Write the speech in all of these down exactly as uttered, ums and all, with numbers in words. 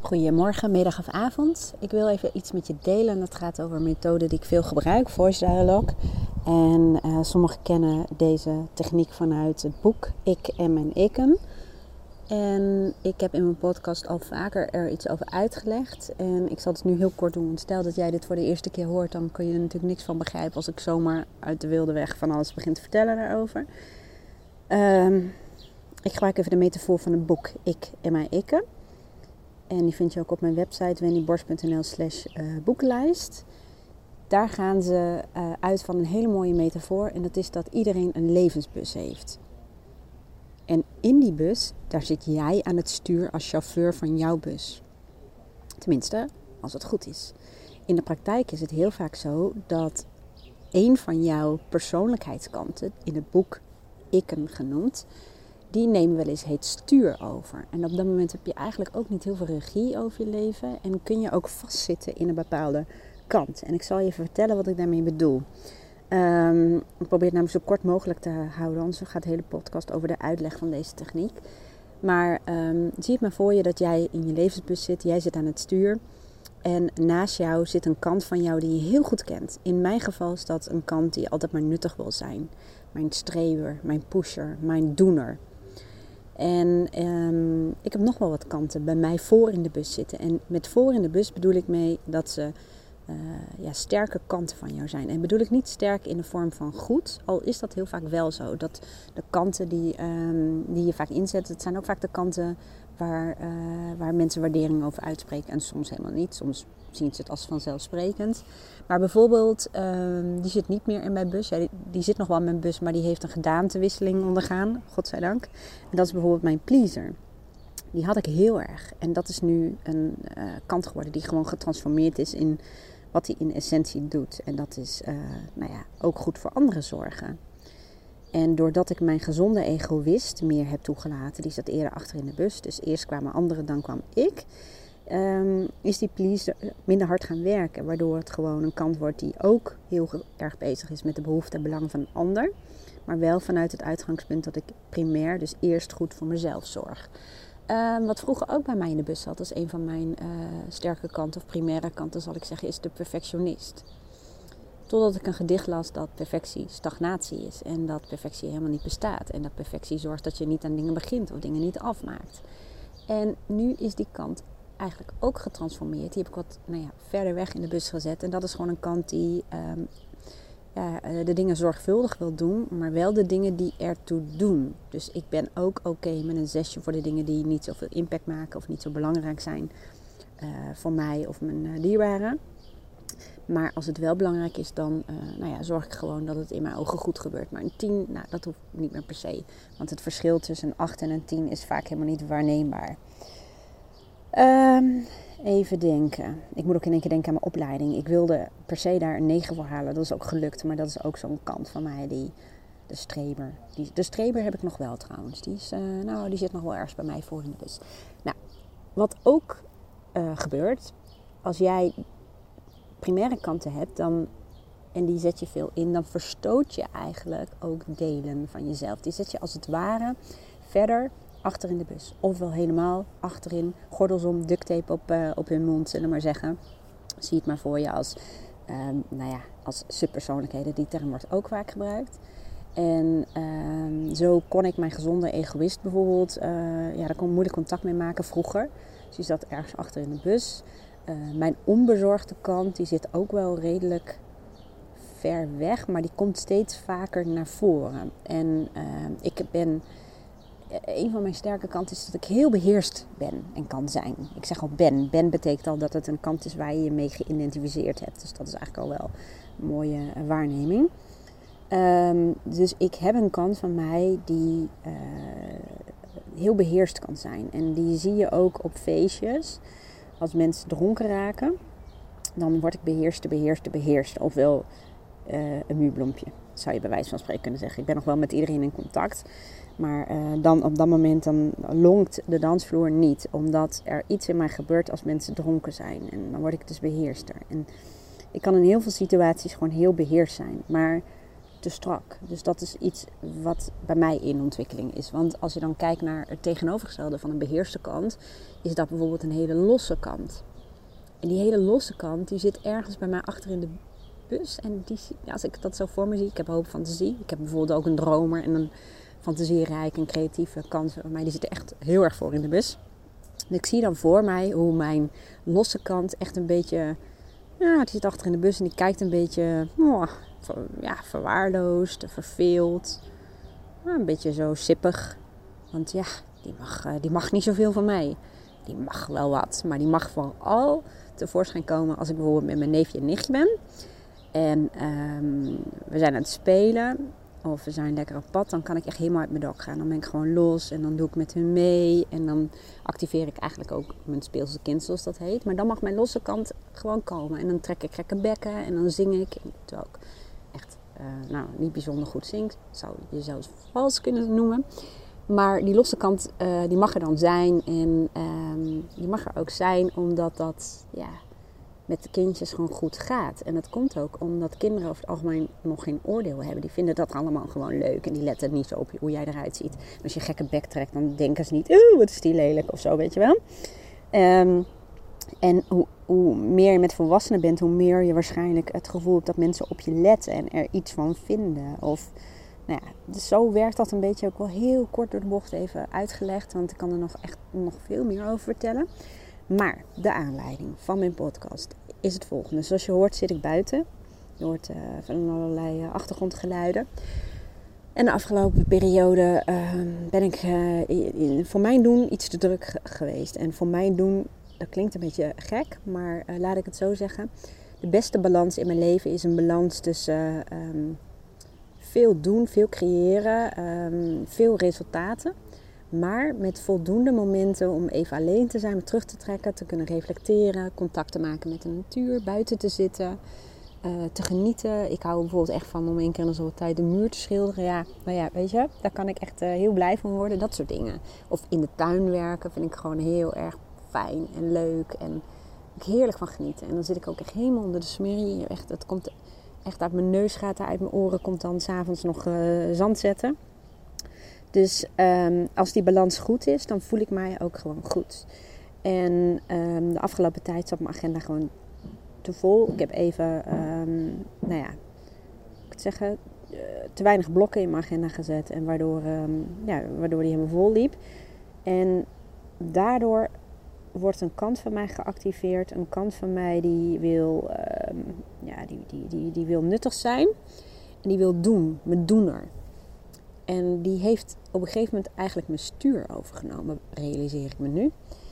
Goedemorgen, middag of avond. Ik wil even iets met je delen. Dat gaat over een methode die ik veel gebruik, Voice Dialogue. En uh, sommigen kennen deze techniek vanuit het boek Ik en mijn ikken. En ik heb in mijn podcast al vaker er iets over uitgelegd. En ik zal het nu heel kort doen. Want stel dat jij dit voor de eerste keer hoort, dan kun je er natuurlijk niks van begrijpen als ik zomaar uit de wilde weg van alles begin te vertellen daarover. Um, ik gebruik even de metafoor van het boek Ik en mijn ikken. En die vind je ook op mijn website wendyborst.nl slash boekenlijst. Daar gaan ze uh, uit van een hele mooie metafoor. En dat is dat iedereen een levensbus heeft. En in die bus, daar zit jij aan het stuur als chauffeur van jouw bus. Tenminste, als het goed is. In de praktijk is het heel vaak zo dat een van jouw persoonlijkheidskanten, in het boek Ikken genoemd, die nemen wel eens het stuur over. En op dat moment heb je eigenlijk ook niet heel veel regie over je leven. En kun je ook vastzitten in een bepaalde kant. En ik zal je even vertellen wat ik daarmee bedoel. Um, ik probeer het namelijk zo kort mogelijk te houden. Anders gaat de hele podcast over de uitleg van deze techniek. Maar um, zie het maar voor je dat jij in je levensbus zit. Jij zit aan het stuur. En naast jou zit een kant van jou die je heel goed kent. In mijn geval is dat een kant die altijd maar nuttig wil zijn. Mijn streber, mijn pusher, mijn doener. En um, ik heb nog wel wat kanten bij mij voor in de bus zitten. En met voor in de bus bedoel ik mee dat ze uh, ja, sterke kanten van jou zijn. En bedoel ik niet sterk in de vorm van goed, al is dat heel vaak wel zo. Dat de kanten die, um, die je vaak inzet, het zijn ook vaak de kanten waar, uh, waar mensen waardering over uitspreken. En soms helemaal niet, soms zien ze het als vanzelfsprekend. Maar bijvoorbeeld, um, die zit niet meer in mijn bus. Ja, die, die zit nog wel in mijn bus, maar die heeft een gedaantewisseling ondergaan. Godzijdank. En dat is bijvoorbeeld mijn pleaser. Die had ik heel erg. En dat is nu een uh, kant geworden die gewoon getransformeerd is in wat hij in essentie doet. En dat is uh, nou ja, ook goed voor anderen zorgen. En doordat ik mijn gezonde egoïst meer heb toegelaten, die zat eerder achter in de bus. Dus eerst kwamen anderen, dan kwam ik. Um, is die pleaser minder hard gaan werken. Waardoor het gewoon een kant wordt die ook heel erg bezig is met de behoeften en belangen van een ander. Maar wel vanuit het uitgangspunt dat ik primair, dus eerst goed voor mezelf zorg. Um, wat vroeger ook bij mij in de bus zat, als een van mijn uh, sterke kanten of primaire kanten zal ik zeggen, is de perfectionist. Totdat ik een gedicht las dat perfectie stagnatie is. En dat perfectie helemaal niet bestaat. En dat perfectie zorgt dat je niet aan dingen begint of dingen niet afmaakt. En nu is die kant eigenlijk ook getransformeerd. Die heb ik wat nou ja, verder weg in de bus gezet. En dat is gewoon een kant die um, ja, de dingen zorgvuldig wil doen. Maar wel de dingen die ertoe doen. Dus ik ben ook oké okay met een zesje voor de dingen die niet zoveel impact maken. Of niet zo belangrijk zijn uh, voor mij of mijn uh, dierbaren. Maar als het wel belangrijk is, dan uh, nou ja, zorg ik gewoon dat het in mijn ogen goed gebeurt. Maar een tien, nou, dat hoeft niet meer per se. Want het verschil tussen een acht en een tien is vaak helemaal niet waarneembaar. Um, even denken. Ik moet ook in één keer denken aan mijn opleiding. Ik wilde per se daar een negen voor halen. Dat is ook gelukt. Maar dat is ook zo'n kant van mij. Die, de streber. Die, de streber heb ik nog wel trouwens. Die, is, uh, nou, die zit nog wel ergens bij mij voor in de bus. Nou, wat ook uh, gebeurt. Als jij primaire kanten hebt. Dan, en die zet je veel in. Dan verstoot je eigenlijk ook delen van jezelf. Die zet je als het ware verder achter in de bus. Ofwel helemaal achterin. Gordels om, duct tape op, uh, op hun mond, zullen we maar zeggen. Zie het maar voor je als, um, nou ja, als subpersoonlijkheden. Die term wordt ook vaak gebruikt. En um, zo kon ik mijn gezonde egoïst bijvoorbeeld, uh, ja, daar kon ik moeilijk contact mee maken vroeger. Dus die zat ergens achter in de bus. Uh, mijn onbezorgde kant, die zit ook wel redelijk ver weg. Maar die komt steeds vaker naar voren. En uh, ik ben... Een van mijn sterke kanten is dat ik heel beheerst ben en kan zijn. Ik zeg al ben. Ben betekent al dat het een kant is waar je je mee geïdentificeerd hebt. Dus dat is eigenlijk al wel een mooie waarneming. Um, dus ik heb een kant van mij die uh, heel beheerst kan zijn. En die zie je ook op feestjes. Als mensen dronken raken, dan word ik beheerste, beheerste, beheerste. Ofwel uh, een muurbloempje, zou je bij wijze van spreken kunnen zeggen. Ik ben nog wel met iedereen in contact. Maar uh, dan op dat moment dan lonkt de dansvloer niet. Omdat er iets in mij gebeurt als mensen dronken zijn. En dan word ik dus beheerster. En ik kan in heel veel situaties gewoon heel beheerst zijn. Maar te strak. Dus dat is iets wat bij mij in ontwikkeling is. Want als je dan kijkt naar het tegenovergestelde van een beheerste kant, is dat bijvoorbeeld een hele losse kant. En die hele losse kant, die zit ergens bij mij achter in de bus. En die, ja, als ik dat zo voor me zie, ik heb een hoop fantasie. Ik heb bijvoorbeeld ook een dromer en een fantasierijke en creatieve kant van mij. Die zit er echt heel erg voor in de bus. En ik zie dan voor mij hoe mijn losse kant echt een beetje... Ja, die zit achter in de bus en die kijkt een beetje oh, ver, ja, verwaarloosd, verveeld. Ja, een beetje zo sippig. Want ja, die mag, die mag niet zoveel van mij. Die mag wel wat, maar die mag vooral tevoorschijn komen als ik bijvoorbeeld met mijn neefje en nichtje ben. En um, we zijn aan het spelen of we zijn lekker op pad, dan kan ik echt helemaal uit mijn dak gaan. Dan ben ik gewoon los en dan doe ik met hun mee. En dan activeer ik eigenlijk ook mijn speelse kind, zoals dat heet. Maar dan mag mijn losse kant gewoon komen. En dan trek ik gekke bekken en dan zing ik. Terwijl ik echt uh, nou, niet bijzonder goed zing. Zou je zelfs vals kunnen noemen. Maar die losse kant, uh, die mag er dan zijn. En um, die mag er ook zijn omdat dat... ja. met de kindjes gewoon goed gaat. En dat komt ook omdat kinderen over het algemeen nog geen oordeel hebben. Die vinden dat allemaal gewoon leuk. En die letten niet zo op hoe jij eruit ziet. En als je gekke bek trekt, dan denken ze niet... oeh, wat is die lelijk of zo, weet je wel. Um, en hoe, hoe meer je met volwassenen bent, hoe meer je waarschijnlijk het gevoel hebt dat mensen op je letten en er iets van vinden. Of, nou ja, dus zo werkt dat een beetje ook wel heel kort door de bocht even uitgelegd. Want ik kan er nog echt nog veel meer over vertellen. Maar de aanleiding van mijn podcast is het volgende. Zoals je hoort zit ik buiten. Je hoort uh, van allerlei uh, achtergrondgeluiden. En de afgelopen periode uh, ben ik uh, in, voor mijn doen iets te druk ge- geweest. En voor mijn doen, dat klinkt een beetje gek, maar uh, laat ik het zo zeggen. De beste balans in mijn leven is een balans tussen uh, um, veel doen, veel creëren, um, veel resultaten. Maar met voldoende momenten om even alleen te zijn, me terug te trekken, te kunnen reflecteren, contact te maken met de natuur, buiten te zitten, uh, te genieten. Ik hou bijvoorbeeld echt van om één keer in de zoveel tijd de muur te schilderen. Ja, nou ja, weet je, daar kan ik echt uh, heel blij van worden, dat soort dingen. Of in de tuin werken vind ik gewoon heel erg fijn en leuk en ik heerlijk van genieten. En dan zit ik ook echt helemaal onder de smurrie. Echt, het komt echt uit mijn neus, gaat uit mijn oren, komt dan 's avonds nog uh, zand zetten. Dus um, als die balans goed is, dan voel ik mij ook gewoon goed. En um, de afgelopen tijd zat mijn agenda gewoon te vol. Ik heb even, um, nou ja, ik moet zeggen, uh, te weinig blokken in mijn agenda gezet. En waardoor, um, ja, waardoor die helemaal vol liep. En daardoor wordt een kant van mij geactiveerd. Een kant van mij die wil, um, ja, die, die, die, die wil nuttig zijn. En die wil doen, mijn doener. En die heeft op een gegeven moment eigenlijk mijn stuur overgenomen, realiseer ik me nu.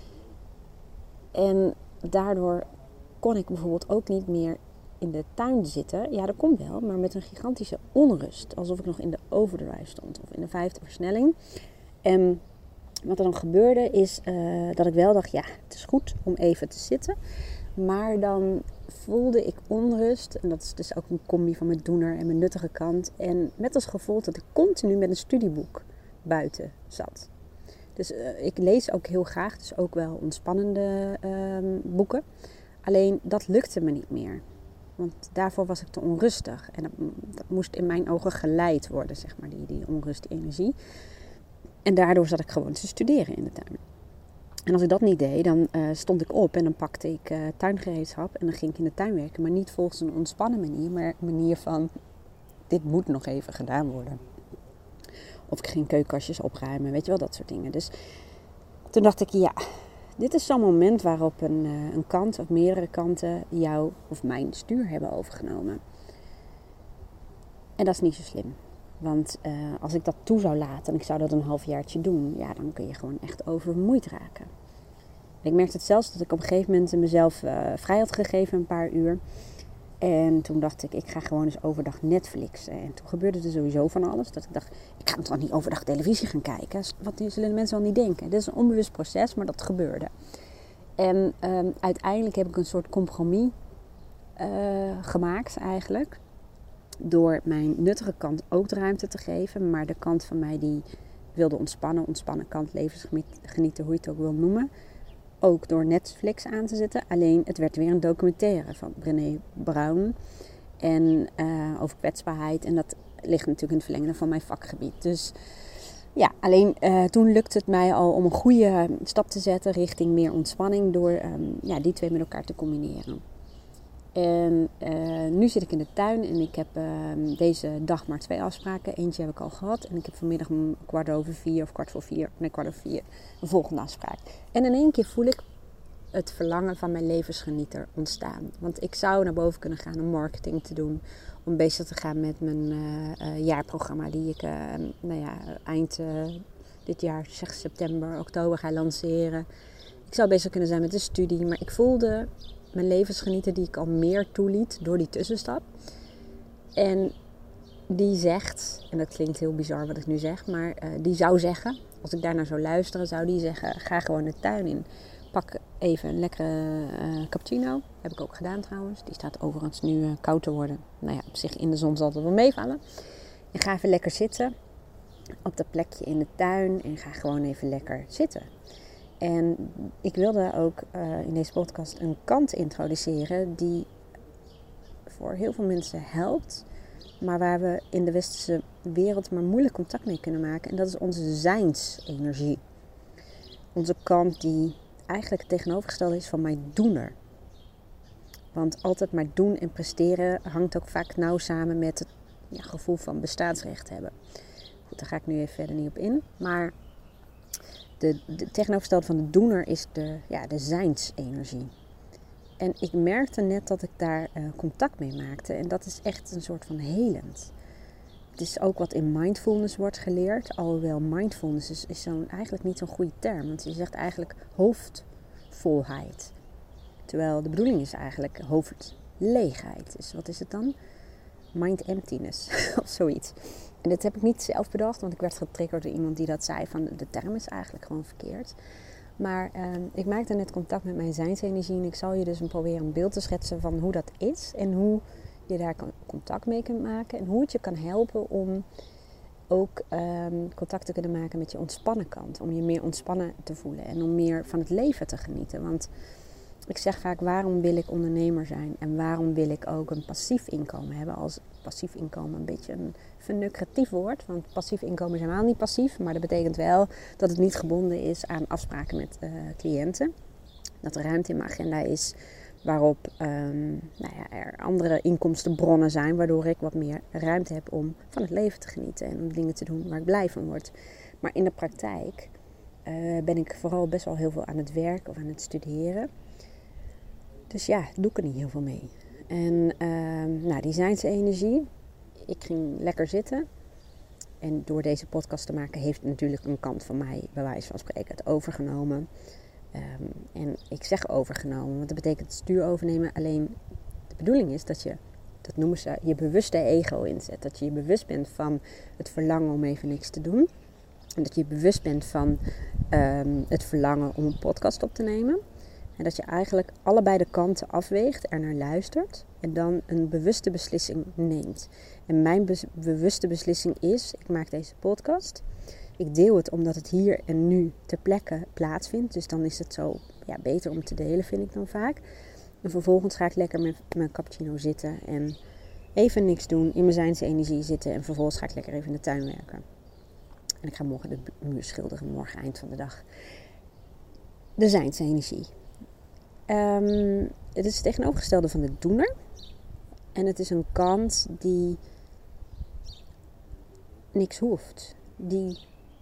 En daardoor kon ik bijvoorbeeld ook niet meer in de tuin zitten. Ja, dat kon wel, maar met een gigantische onrust. Alsof ik nog in de overdrive stond of in de vijfde versnelling. En wat er dan gebeurde is uh, dat ik wel dacht, ja, het is goed om even te zitten. Maar dan voelde ik onrust. En dat is dus ook een combi van mijn doener en mijn nuttige kant. En met als gevolg dat ik continu met een studieboek buiten zat. Dus uh, ik lees ook heel graag. Dus ook wel ontspannende uh, boeken. Alleen dat lukte me niet meer. Want daarvoor was ik te onrustig. En dat, dat moest in mijn ogen geleid worden, zeg maar, die, die onrust, die energie. En daardoor zat ik gewoon te studeren in de tuin. En als ik dat niet deed, dan uh, stond ik op en dan pakte ik uh, tuingereedschap en dan ging ik in de tuin werken. Maar niet volgens een ontspannen manier, maar een manier van, dit moet nog even gedaan worden. Of ik ging keukenkastjes opruimen, weet je wel, dat soort dingen. Dus toen dacht ik, ja, dit is zo'n moment waarop een, uh, een kant of meerdere kanten jou of mijn stuur hebben overgenomen. En dat is niet zo slim. Want uh, als ik dat toe zou laten en ik zou dat een halfjaartje doen, ja, dan kun je gewoon echt oververmoeid raken. Ik merkte het zelfs dat ik op een gegeven moment mezelf uh, vrij had gegeven, een paar uur. En toen dacht ik, ik ga gewoon eens overdag Netflixen. En toen gebeurde er sowieso van alles. Dat ik dacht, ik ga toch niet overdag televisie gaan kijken. Wat zullen de mensen wel niet denken? Dit is een onbewust proces, maar dat gebeurde. En um, uiteindelijk heb ik een soort compromis uh, gemaakt eigenlijk. Door mijn nuttige kant ook de ruimte te geven. Maar de kant van mij die wilde ontspannen. Ontspannen kant, levensgenieten, hoe je het ook wil noemen. Ook door Netflix aan te zetten. Alleen het werd weer een documentaire van Brené Brown. En uh, over kwetsbaarheid. En dat ligt natuurlijk in het verlengde van mijn vakgebied. Dus ja, alleen uh, toen lukte het mij al om een goede stap te zetten richting meer ontspanning door um, ja, die twee met elkaar te combineren. En uh, nu zit ik in de tuin en ik heb uh, deze dag maar twee afspraken. Eentje heb ik al gehad en ik heb vanmiddag om kwart over vier of kwart voor vier, nee kwart over vier, een volgende afspraak. En in één keer voel ik het verlangen van mijn levensgenieter ontstaan. Want ik zou naar boven kunnen gaan om marketing te doen, om bezig te gaan met mijn uh, uh, jaarprogramma die ik uh, nou ja, eind uh, dit jaar, zeg september, oktober ga lanceren. Ik zou bezig kunnen zijn met de studie, maar ik voelde mijn levensgenieter die ik al meer toeliet door die tussenstap. En die zegt, en dat klinkt heel bizar wat ik nu zeg, maar uh, die zou zeggen, als ik daarnaar zou luisteren, zou die zeggen, ga gewoon de tuin in. Pak even een lekkere uh, cappuccino. Heb ik ook gedaan trouwens. Die staat overigens nu uh, koud te worden. Nou ja, op zich in de zon zal het wel meevallen. En ga even lekker zitten op dat plekje in de tuin. En ga gewoon even lekker zitten. En ik wilde ook uh, in deze podcast een kant introduceren die voor heel veel mensen helpt. Maar waar we in de westerse wereld maar moeilijk contact mee kunnen maken. En dat is onze zijnsenergie. Onze kant die eigenlijk het tegenovergestelde is van mijn doener. Want altijd maar doen en presteren hangt ook vaak nauw samen met het ja, gevoel van bestaansrecht hebben. Goed, daar ga ik nu even verder niet op in. Maar de, de tegenovergestelde van de doener is de, ja, de zijnsenergie. En ik merkte net dat ik daar uh, contact mee maakte. En dat is echt een soort van helend. Het is ook wat in mindfulness wordt geleerd. Alhoewel mindfulness is, is dan eigenlijk niet zo'n goede term. Want je zegt eigenlijk hoofdvolheid. Terwijl de bedoeling is eigenlijk hoofdleegheid. Dus wat is het dan? Mind emptiness of zoiets. En dit heb ik niet zelf bedacht. Want ik werd getriggerd door iemand die dat zei. Van de term is eigenlijk gewoon verkeerd. Maar uh, ik maakte net contact met mijn zijnsenergie. En ik zal je dus proberen een beeld te schetsen van hoe dat is. En hoe je daar contact mee kunt maken. En hoe het je kan helpen om ook um, contact te kunnen maken met je ontspannen kant. Om je meer ontspannen te voelen. En om meer van het leven te genieten. Want ik zeg vaak, waarom wil ik ondernemer zijn? En waarom wil ik ook een passief inkomen hebben? Als passief inkomen een beetje een vernucratief woord. Want passief inkomen is helemaal niet passief. Maar dat betekent wel dat het niet gebonden is aan afspraken met uh, cliënten. Dat er ruimte in mijn agenda is waarop um, nou ja, er andere inkomstenbronnen zijn. Waardoor ik wat meer ruimte heb om van het leven te genieten. En om dingen te doen waar ik blij van word. Maar in de praktijk uh, ben ik vooral best wel heel veel aan het werk of aan het studeren. Dus ja, doe ik er niet heel veel mee. En uh, nou, die zijnsenergie. Ik ging lekker zitten. En door deze podcast te maken heeft natuurlijk een kant van mij, bij wijze van spreken, het overgenomen. Um, en ik zeg overgenomen, want dat betekent het stuur overnemen. Alleen de bedoeling is dat je, dat noemen ze, je bewuste ego inzet. Dat je je bewust bent van het verlangen om even niks te doen. En dat je bewust bent van um, het verlangen om een podcast op te nemen. En dat je eigenlijk allebei de kanten afweegt, er naar luistert en dan een bewuste beslissing neemt. En mijn be- bewuste beslissing is, ik maak deze podcast. Ik deel het omdat het hier en nu ter plekke plaatsvindt. Dus dan is het zo ja, beter om te delen, vind ik dan vaak. En vervolgens ga ik lekker met mijn cappuccino zitten en even niks doen, in mijn zijnsenergie zitten. En vervolgens ga ik lekker even in de tuin werken. En ik ga morgen de muur schilderen, morgen eind van de dag. De zijnsenergie. Um, het is het tegenovergestelde van de doener. En het is een kant die niks hoeft. Die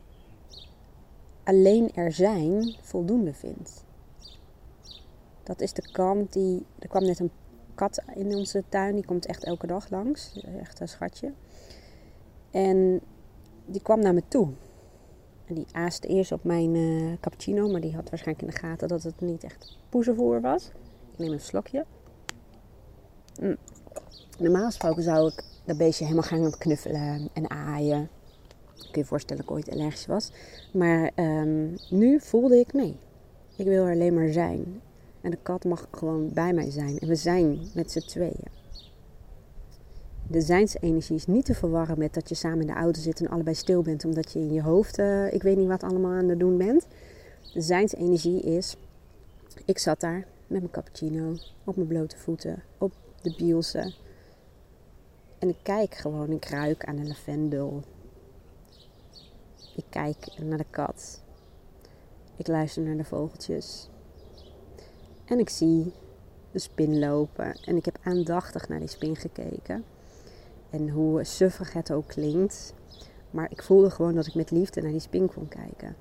alleen er zijn voldoende vindt. Dat is de kant die... Er kwam net een kat in onze tuin. Die komt echt elke dag langs. Echt een schatje. En die kwam naar me toe. En die aaste eerst op mijn uh, cappuccino. Maar die had waarschijnlijk in de gaten dat het niet echt poezenvoer was. Ik neem een slokje. Mm. Normaal gesproken zou ik dat beestje helemaal gaan knuffelen en aaien. Kun je je voorstellen dat ik ooit allergisch was. Maar um, nu voelde ik nee. Ik wil er alleen maar zijn. En de kat mag gewoon bij mij zijn. En we zijn met z'n tweeën. De zijnsenergie is niet te verwarren met dat je samen in de auto zit en allebei stil bent. Omdat je in je hoofd, uh, ik weet niet wat allemaal aan het doen bent. De zijnsenergie is, ik zat daar met mijn cappuccino op mijn blote voeten, op de bielse. En ik kijk gewoon, ik ruik aan de lavendel. Ik kijk naar de kat. Ik luister naar de vogeltjes. En ik zie de spin lopen. En ik heb aandachtig naar die spin gekeken. En hoe suffig het ook klinkt. Maar ik voelde gewoon dat ik met liefde naar die spin kon kijken.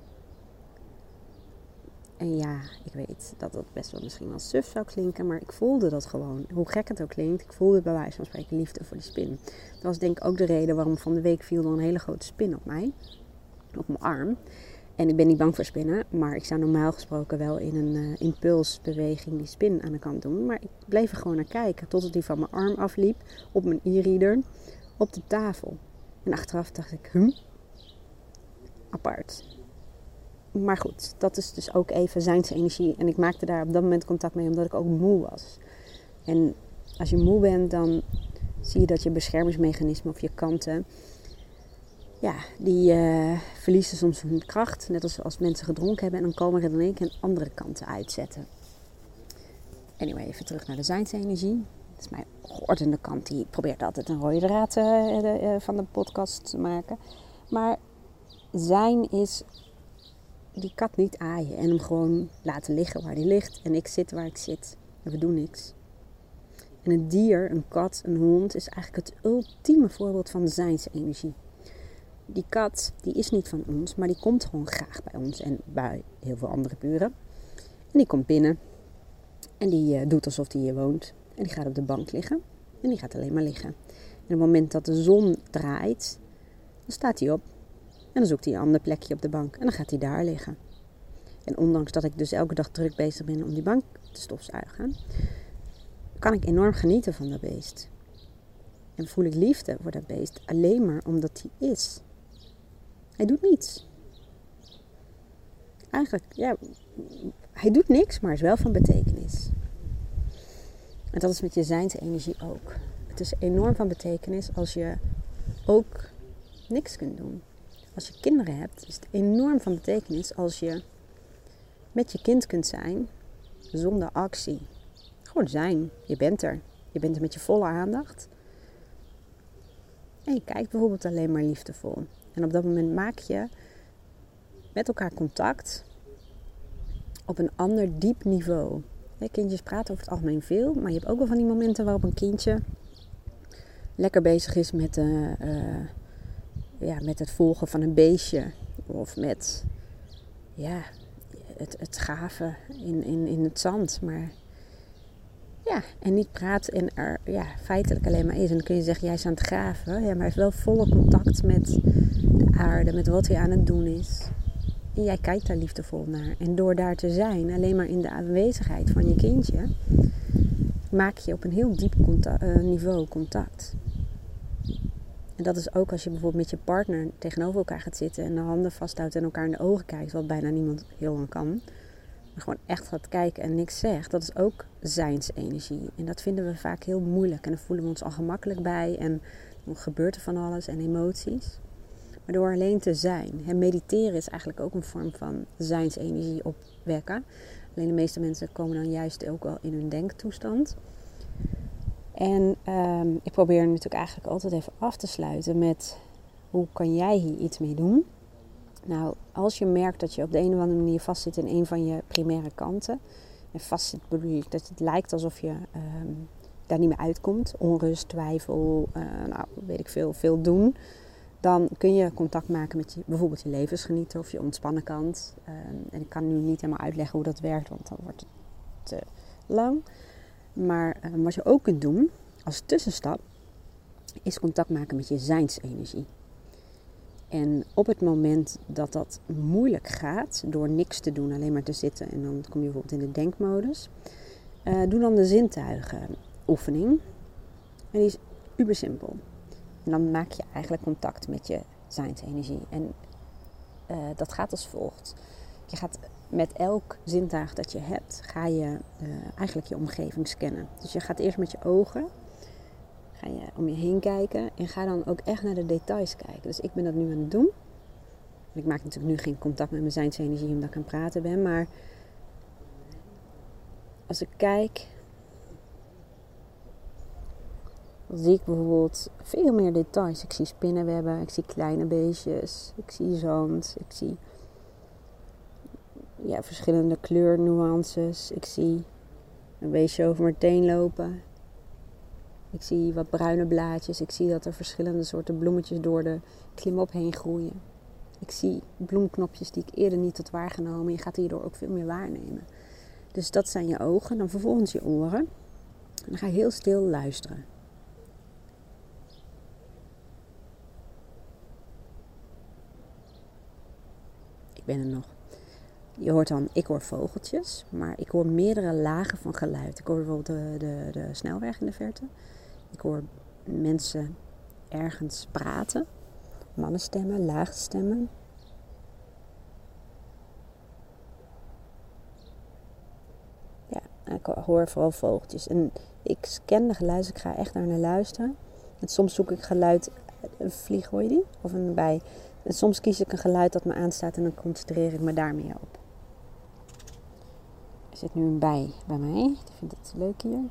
En ja, ik weet dat dat best wel misschien wel suf zou klinken. Maar ik voelde dat gewoon. Hoe gek het ook klinkt. Ik voelde bij wijze van spreken liefde voor die spin. Dat was denk ik ook de reden waarom van de week viel er een hele grote spin op mij. Op mijn arm. En ik ben niet bang voor spinnen. Maar ik zou normaal gesproken wel in een uh, impulsbeweging die spin aan de kant doen. Maar ik bleef er gewoon naar kijken. Totdat die van mijn arm afliep. Op mijn e-reader. Op de tafel. En achteraf dacht ik, hm? Apart. Maar goed, dat is dus ook even zijnse energie. En ik maakte daar op dat moment contact mee omdat ik ook moe was. En als je moe bent, dan zie je dat je beschermingsmechanismen of je kanten, ja, die uh, verliezen soms hun kracht. Net als als mensen gedronken hebben en dan komen er in één keer andere kanten uitzetten. Anyway, even terug naar de zijnse energie. Dat is mijn geordende kant. Die probeert altijd een rode draad uh, de, uh, van de podcast te maken. Maar zijn is die kat niet aaien en hem gewoon laten liggen waar hij ligt. En ik zit waar ik zit. En we doen niks. En een dier, een kat, een hond is eigenlijk het ultieme voorbeeld van de zijnse energie. Die kat, die is niet van ons, maar die komt gewoon graag bij ons en bij heel veel andere buren. En die komt binnen en die uh, doet alsof hij hier woont. En die gaat op de bank liggen en die gaat alleen maar liggen. En op het moment dat de zon draait, dan staat hij op. En dan zoekt hij een ander plekje op de bank en dan gaat hij daar liggen. En ondanks dat ik dus elke dag druk bezig ben om die bank te stofzuigen, kan ik enorm genieten van dat beest. En voel ik liefde voor dat beest alleen maar omdat hij is. Hij doet niets. Eigenlijk, ja, hij doet niks, maar is wel van betekenis. En dat is met je zijnse energie ook. Het is enorm van betekenis als je ook niks kunt doen. Als je kinderen hebt, is het enorm van betekenis als je met je kind kunt zijn zonder actie. Gewoon zijn. Je bent er. Je bent er met je volle aandacht. En je kijkt bijvoorbeeld alleen maar liefdevol. En op dat moment maak je met elkaar contact op een ander diep niveau. Kindjes praten over het algemeen veel, maar je hebt ook wel van die momenten waarop een kindje lekker bezig is met, uh, uh, ja, met het volgen van een beestje. Of met ja, het, het graven in, in, in het zand. Maar ja, en niet praat en er ja, feitelijk alleen maar is. En dan kun je zeggen, jij is aan het graven. Ja, maar hij heeft wel volle contact met de aarde, met wat hij aan het doen is. En jij kijkt daar liefdevol naar. En door daar te zijn, alleen maar in de aanwezigheid van je kindje, maak je op een heel diep contact, uh, niveau contact. En dat is ook als je bijvoorbeeld met je partner tegenover elkaar gaat zitten en de handen vasthoudt en elkaar in de ogen kijkt, wat bijna niemand heel lang kan. Maar gewoon echt gaat kijken en niks zegt. Dat is ook zijnsenergie. En dat vinden we vaak heel moeilijk. En dan voelen we ons al gemakkelijk bij. En dan gebeurt er van alles en emoties. Maar door alleen te zijn. En mediteren is eigenlijk ook een vorm van zijnsenergie opwekken. Alleen de meeste mensen komen dan juist ook wel in hun denktoestand. En um, ik probeer natuurlijk eigenlijk altijd even af te sluiten met hoe kan jij hier iets mee doen? Nou, als je merkt dat je op de een of andere manier vastzit in een van je primaire kanten. En vastzit bedoel ik dat het lijkt alsof je um, daar niet meer uitkomt. Onrust, twijfel, uh, nou weet ik veel, veel doen. Dan kun je contact maken met je, bijvoorbeeld je levensgenieter of je ontspannen kant. Um, en ik kan nu niet helemaal uitleggen hoe dat werkt, want dan wordt het te lang. Maar um, wat je ook kunt doen als tussenstap, is contact maken met je zijnsenergie. En op het moment dat dat moeilijk gaat, door niks te doen, alleen maar te zitten en dan kom je bijvoorbeeld in de denkmodus. Uh, doe dan de zintuigenoefening. En die is uber simpel. En dan maak je eigenlijk contact met je zijnsenergie. En uh, dat gaat als volgt. Je gaat met elk zintuig dat je hebt, ga je uh, eigenlijk je omgeving scannen. Dus je gaat eerst met je ogen, ga je om je heen kijken en ga dan ook echt naar de details kijken. Dus ik ben dat nu aan het doen. Ik maak natuurlijk nu geen contact met mijn zijnsenergie omdat ik aan het praten ben. Maar als ik kijk Dan zie ik bijvoorbeeld veel meer details. Ik zie spinnenwebben, ik zie kleine beestjes, ik zie zand, ik zie ja, verschillende kleurnuances. Ik zie een beestje over mijn teen lopen. Ik zie wat bruine blaadjes. Ik zie dat er verschillende soorten bloemetjes door de klimop heen groeien. Ik zie bloemknopjes die ik eerder niet had waargenomen. Je gaat hierdoor ook veel meer waarnemen. Dus dat zijn je ogen. Dan vervolgens je oren. En dan ga je heel stil luisteren. Ik ben er nog. Je hoort dan, ik hoor vogeltjes, maar ik hoor meerdere lagen van geluid. Ik hoor bijvoorbeeld de, de, de snelweg in de verte. Ik hoor mensen ergens praten. Mannenstemmen, lage stemmen. Ja, ik hoor vooral vogeltjes. En ik scan de geluiden, ik ga echt naar naar luisteren. En soms zoek ik geluid, een vlieg hoor je die? Of een bij. En soms kies ik een geluid dat me aanstaat en dan concentreer ik me daar meer op. Er zit nu een bij bij mij. Ik vind het leuk hier.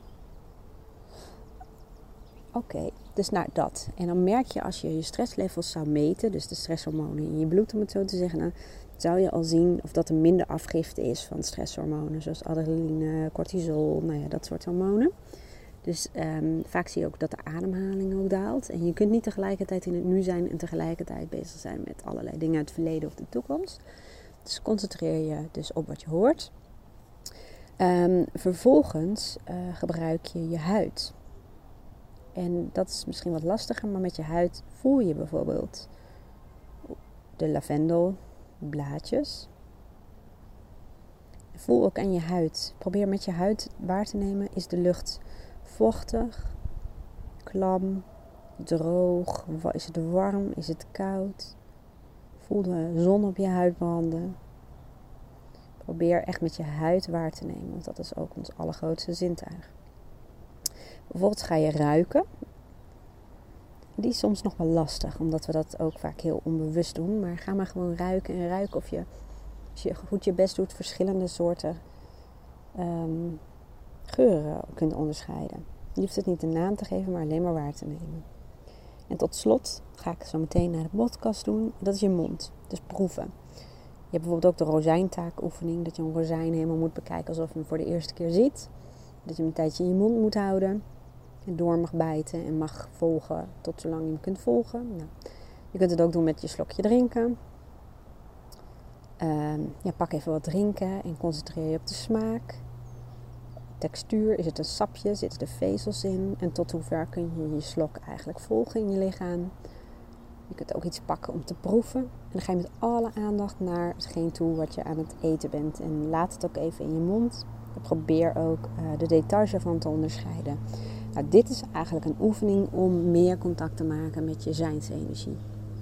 Oké, okay, dus nou dat. En dan merk je als je je stresslevels zou meten, dus de stresshormonen in je bloed om het zo te zeggen, dan zou je al zien of dat er minder afgifte is van stresshormonen, zoals adrenaline, cortisol, nou ja, dat soort hormonen. Dus um, vaak zie je ook dat de ademhaling ook daalt. En je kunt niet tegelijkertijd in het nu zijn en tegelijkertijd bezig zijn met allerlei dingen uit het verleden of de toekomst. Dus concentreer je dus op wat je hoort. Um, vervolgens uh, gebruik je je huid. En dat is misschien wat lastiger, maar met je huid voel je bijvoorbeeld de lavendelblaadjes. Voel ook aan je huid. Probeer met je huid waar te nemen, is de lucht vochtig, klam, droog, is het warm, is het koud. Voel de zon op je huid branden. Probeer echt met je huid waar te nemen, want dat is ook ons allergrootste zintuig. Bijvoorbeeld ga je ruiken. Die is soms nog wel lastig, omdat we dat ook vaak heel onbewust doen. Maar ga maar gewoon ruiken en ruiken of je, als je goed je best doet, verschillende soorten um, geuren kunt onderscheiden. Je hoeft het niet een naam te geven, maar alleen maar waar te nemen. En tot slot ga ik zo meteen naar de podcast doen. Dat is je mond. Dus proeven. Je hebt bijvoorbeeld ook de rozijntaakoefening. Dat je een rozijn helemaal moet bekijken alsof je hem voor de eerste keer ziet. Dat je hem een tijdje in je mond moet houden. En door mag bijten en mag volgen tot zolang je hem kunt volgen. Nou, je kunt het ook doen met je slokje drinken. Uh, ja, pak even wat drinken en concentreer je op de smaak. Textuur, is het een sapje, zitten er vezels in? En tot hoever kun je je slok eigenlijk volgen in je lichaam. Je kunt ook iets pakken om te proeven. En dan ga je met alle aandacht naar hetgeen toe wat je aan het eten bent. En laat het ook even in je mond. En probeer ook uh, de details ervan te onderscheiden. Nou, dit is eigenlijk een oefening om meer contact te maken met je zijnsenergie.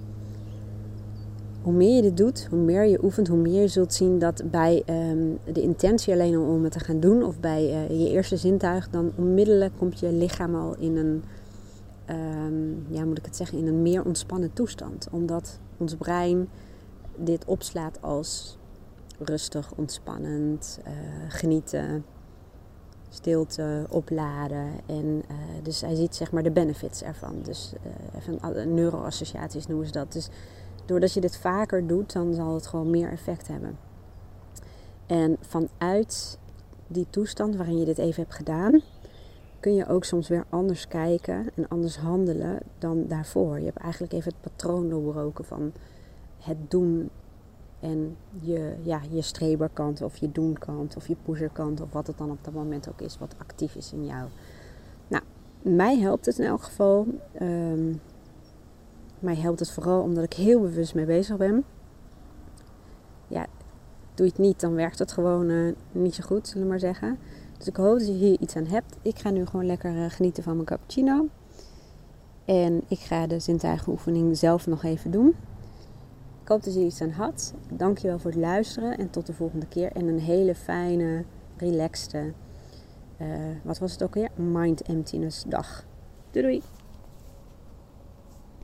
Hoe meer je dit doet, hoe meer je oefent, hoe meer je zult zien dat bij um, de intentie alleen om het te gaan doen, of bij uh, je eerste zintuig, dan onmiddellijk komt je lichaam al in een, um, ja, moet ik het zeggen, in een meer ontspannen toestand. Omdat ons brein dit opslaat als rustig, ontspannend, uh, genieten, stilte, opladen. En uh, dus hij ziet zeg maar de benefits ervan. Dus uh, even neuroassociaties noemen ze dat. Dus doordat je dit vaker doet, dan zal het gewoon meer effect hebben. En vanuit die toestand waarin je dit even hebt gedaan, kun je ook soms weer anders kijken en anders handelen dan daarvoor. Je hebt eigenlijk even het patroon doorbroken van het doen en je, ja, je streberkant of je doenkant of je pusherkant of wat het dan op dat moment ook is wat actief is in jou. Nou, mij helpt het in elk geval. Um, mij helpt het vooral omdat ik heel bewust mee bezig ben. Ja, doe je het niet, dan werkt het gewoon uh, niet zo goed, zullen we maar zeggen. Dus ik hoop dat je hier iets aan hebt. Ik ga nu gewoon lekker uh, genieten van mijn cappuccino. En ik ga de zintuigenoefening zelf nog even doen. Ik hoop dat je iets aan had. Dankjewel voor het luisteren en tot de volgende keer. En een hele fijne, relaxte, uh, wat was het ook weer? Mind emptiness dag. Doei doei!